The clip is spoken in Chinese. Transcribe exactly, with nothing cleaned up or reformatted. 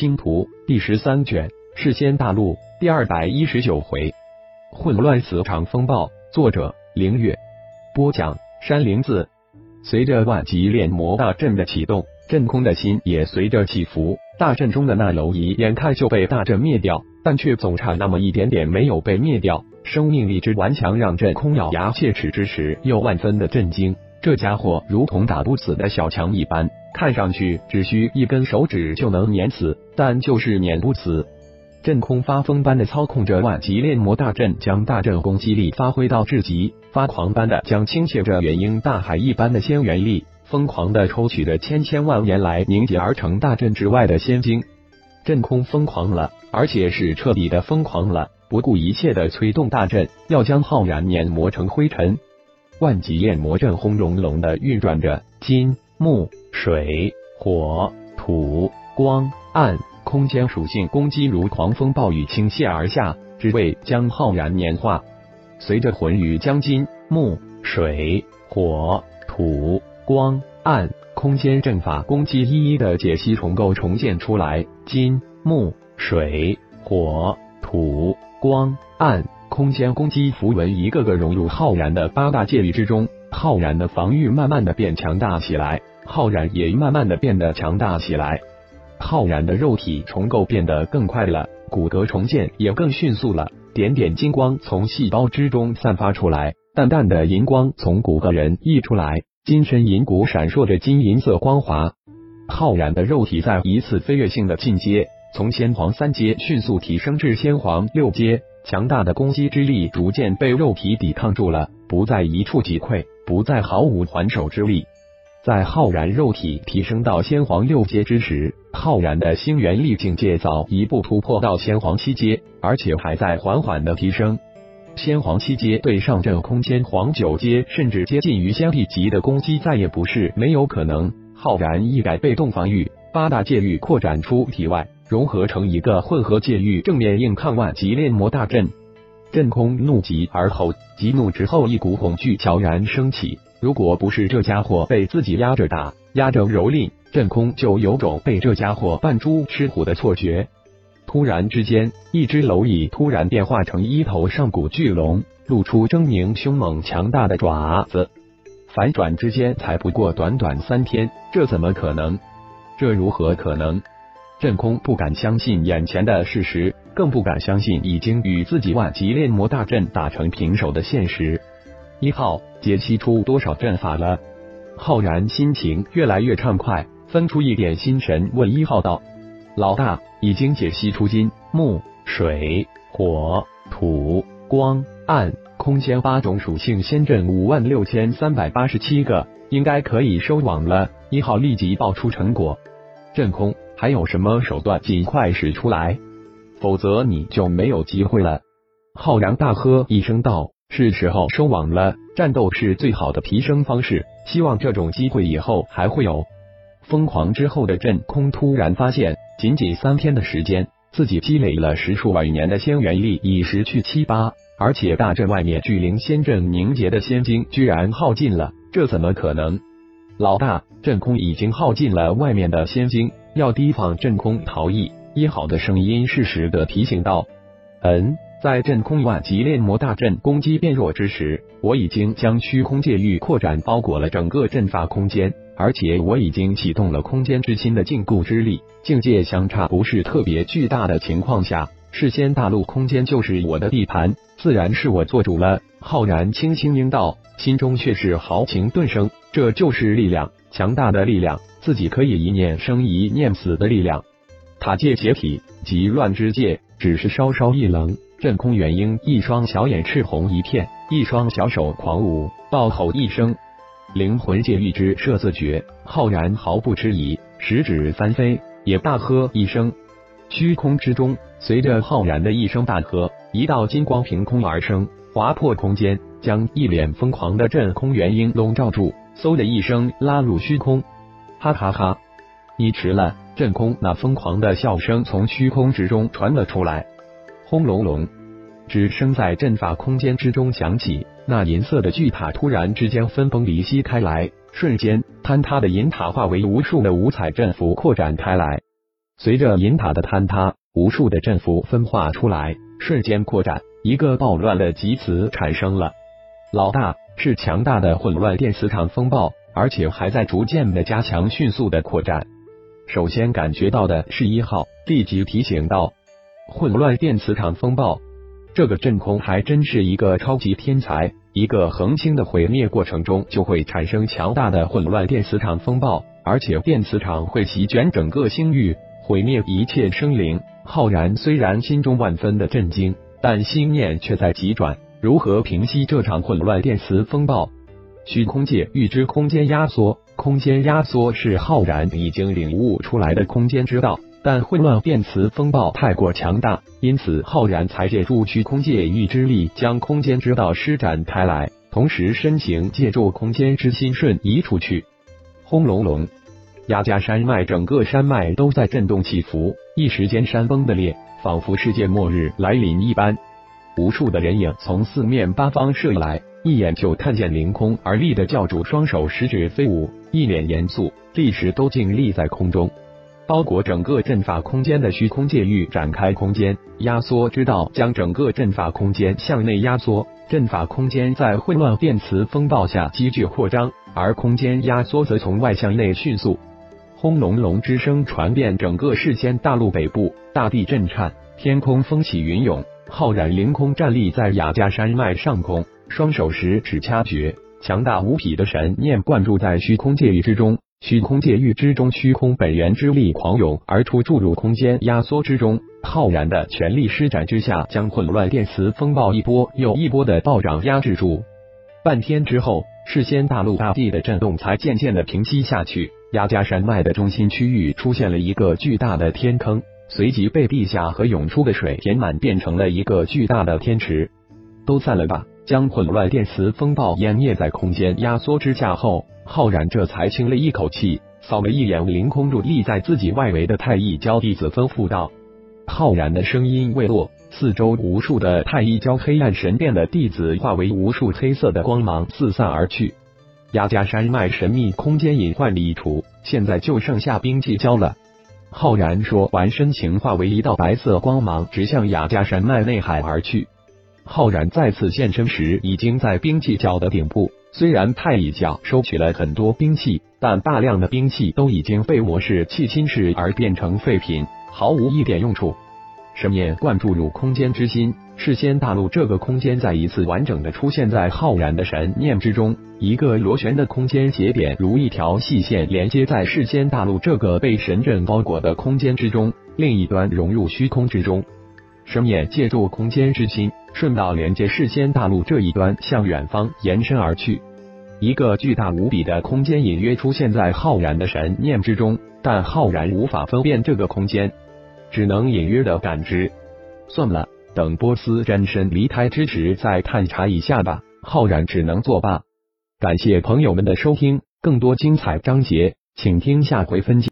星图》第十三卷，世仙大陆第二百一十九回，混乱磁场风暴。作者：凌月。播讲：山灵子。随着万级炼魔大阵的启动，阵空的心也随着起伏。大阵中的那蝼蚁眼看就被大阵灭掉，但却总差那么一点点没有被灭掉。生命力之顽强让阵空咬牙切齿之时又万分的震惊。这家伙如同打不死的小强一般，看上去只需一根手指就能碾死，但就是碾不死。阵空发疯般的操控着万级炼魔大阵，将大阵攻击力发挥到至极，发狂般的将倾泻着元婴大海一般的仙元力，疯狂的抽取着千千万年来凝结而成大阵之外的仙晶。阵空疯狂了，而且是彻底的疯狂了，不顾一切的催动大阵，要将浩然碾磨成灰尘。万级炼魔阵轰隆隆的运转着，金、木、水、火、土、光、暗空间属性攻击如狂风暴雨倾泻而下，只为将浩然碾化。随着魂宇将金、木、水、火、土、光、暗空间阵法攻击一一的解析重构重建出来，金、木、水、火、土、光、暗空间攻击符文一个个融入浩然的八大戒律之中，浩然的防御慢慢的变强大起来，浩然也慢慢的变得强大起来。浩然的肉体重构变得更快了，骨骼重建也更迅速了，点点金光从细胞之中散发出来，淡淡的银光从骨骼人溢出来，金身银骨闪烁着金银色光华。浩然的肉体在一次飞跃性的进阶，从仙皇三阶迅速提升至仙皇六阶，强大的攻击之力逐渐被肉体抵抗住了，不再一触即溃，不再毫无还手之力。在浩然肉体提升到仙皇六阶之时，浩然的星元力境界早一步突破到仙皇七阶，而且还在缓缓的提升。仙皇七阶对上阵空仙皇九阶甚至接近于仙帝级的攻击再也不是没有可能。浩然一改被动防御，八大戒律扩展出体外，融合成一个混合戒律，正面硬抗万级炼魔大阵。阵空怒极而后，极怒之后一股恐惧悄然升起。如果不是这家伙被自己压着打，压着蹂躏，阵空就有种被这家伙扮猪吃虎的错觉。突然之间，一只蝼蚁突然变化成一头上古巨龙，露出狰狞凶猛强大的爪子。反转之间才不过短短三天，这怎么可能？这如何可能？阵空不敢相信眼前的事实，更不敢相信已经与自己万级炼魔大阵打成平手的现实。一号解析出多少阵法了？浩然心情越来越畅快，分出一点心神问一号道：老大，已经解析出金、木、水、火、土、光、暗空间八种属性仙阵五万六千三百八十七个，应该可以收网了。一号立即报出成果。阵空，还有什么手段尽快使出来，否则你就没有机会了。浩然大喝一声道：是时候收网了，战斗是最好的提升方式，希望这种机会以后还会有。疯狂之后的阵空突然发现，仅仅三天的时间，自己积累了十数万年的仙元力已失去七八，而且大阵外面巨灵仙阵凝结的仙晶居然耗尽了，这怎么可能？老大，阵空已经耗尽了外面的仙晶，要提防阵空逃逸。一号的声音适时的提醒道：嗯，在阵空万级炼魔大阵攻击变弱之时，我已经将虚空界域扩展包裹了整个阵法空间，而且我已经启动了空间之心的禁锢之力，境界相差不是特别巨大的情况下，世仙大陆空间就是我的地盘，自然是我做主了。浩然轻轻应道，心中却是豪情顿生，这就是力量，强大的力量，自己可以一念生一念死的力量。塔界解体，极乱之界，只是稍稍一冷，阵空元婴一双小眼赤红一片，一双小手狂舞，暴吼一声，灵魂界域之摄字诀。浩然毫不迟疑，十指翻飞，也大喝一声。虚空之中，随着浩然的一声大喝，一道金光凭空而生，划破空间，将一脸疯狂的阵空元婴笼罩住，嗖的一声拉入虚空。哈哈哈！你迟了！阵空那疯狂的笑声从虚空之中传了出来。轰隆隆，只声在阵法空间之中响起，那银色的巨塔突然之间分崩离析开来，瞬间坍塌的银塔化为无数的五彩阵符扩展开来。 随着银塔的坍塌，无数的阵符分化出来，瞬间扩展，一个暴乱的集词产生了。老大，是强大的混乱电磁场风暴，而且还在逐渐的加强，迅速的扩展。首先感觉到的是一号，立即提醒道：混乱电磁场风暴，这个阵空还真是一个超级天才。一个恒星的毁灭过程中就会产生强大的混乱电磁场风暴，而且电磁场会席卷整个星域，毁灭一切生灵。浩然虽然心中万分的震惊，但心念却在急转，如何平息这场混乱电磁风暴？虚空界预知空间压缩，空间压缩是浩然已经领悟出来的空间之道，但混乱电磁风暴太过强大，因此浩然才借助虚空界预知力将空间之道施展开来，同时身形借助空间之心瞬移出去。轰隆隆，雅加山脉整个山脉都在震动起伏，一时间山崩的裂，仿佛世界末日来临一般。无数的人影从四面八方射来，一眼就看见凌空而立的教主双手十指飞舞，一脸严肃，立时都静立在空中。包裹整个阵法空间的虚空界域展开空间压缩之道，将整个阵法空间向内压缩，阵法空间在混乱电磁风暴下急剧扩张，而空间压缩则从外向内迅速。轰隆隆之声传遍整个世间大陆北部，大地震颤，天空风起云涌。浩然凌空站立在雅加山脉上空，双手十指掐诀，强大无匹的神念灌注在虚空界域之中。虚空界域之中，虚空本源之力狂涌而出，注入空间压缩之中。浩然的全力施展之下，将混乱电磁风暴一波又一波的暴涨压制住。半天之后，世间大陆大地的震动才渐渐的平息下去。雅加山脉的中心区域出现了一个巨大的天坑，随即被地下和涌出的水填满，变成了一个巨大的天池。都散了吧！将混乱电磁风暴湮灭在空间压缩之下后，浩然这才轻了一口气，扫了一眼凌空伫立在自己外围的太一教弟子，吩咐道。浩然的声音未落，四周无数的太一教黑暗神殿的弟子化为无数黑色的光芒四散而去。雅加山脉神秘空间隐患已除，现在就剩下兵器教了。浩然说完，身形化为一道白色光芒，直向雅加山脉内海而去。浩然再次现身时，已经在兵器角的顶部。虽然太乙角收取了很多兵器，但大量的兵器都已经被魔式器侵蚀而变成废品，毫无一点用处。神念灌注入空间之心，世间大陆这个空间再一次完整的出现在浩然的神念之中。一个螺旋的空间节点如一条细线连接在世间大陆这个被神阵包裹的空间之中，另一端融入虚空之中。神念借助空间之心，顺道连接世间大陆这一端，向远方延伸而去。一个巨大无比的空间隐约出现在浩然的神念之中，但浩然无法分辨这个空间，只能隐约的感知。算了，等波斯真身离开之时再探查一下吧。浩然只能作罢。感谢朋友们的收听，更多精彩章节，请听下回分解。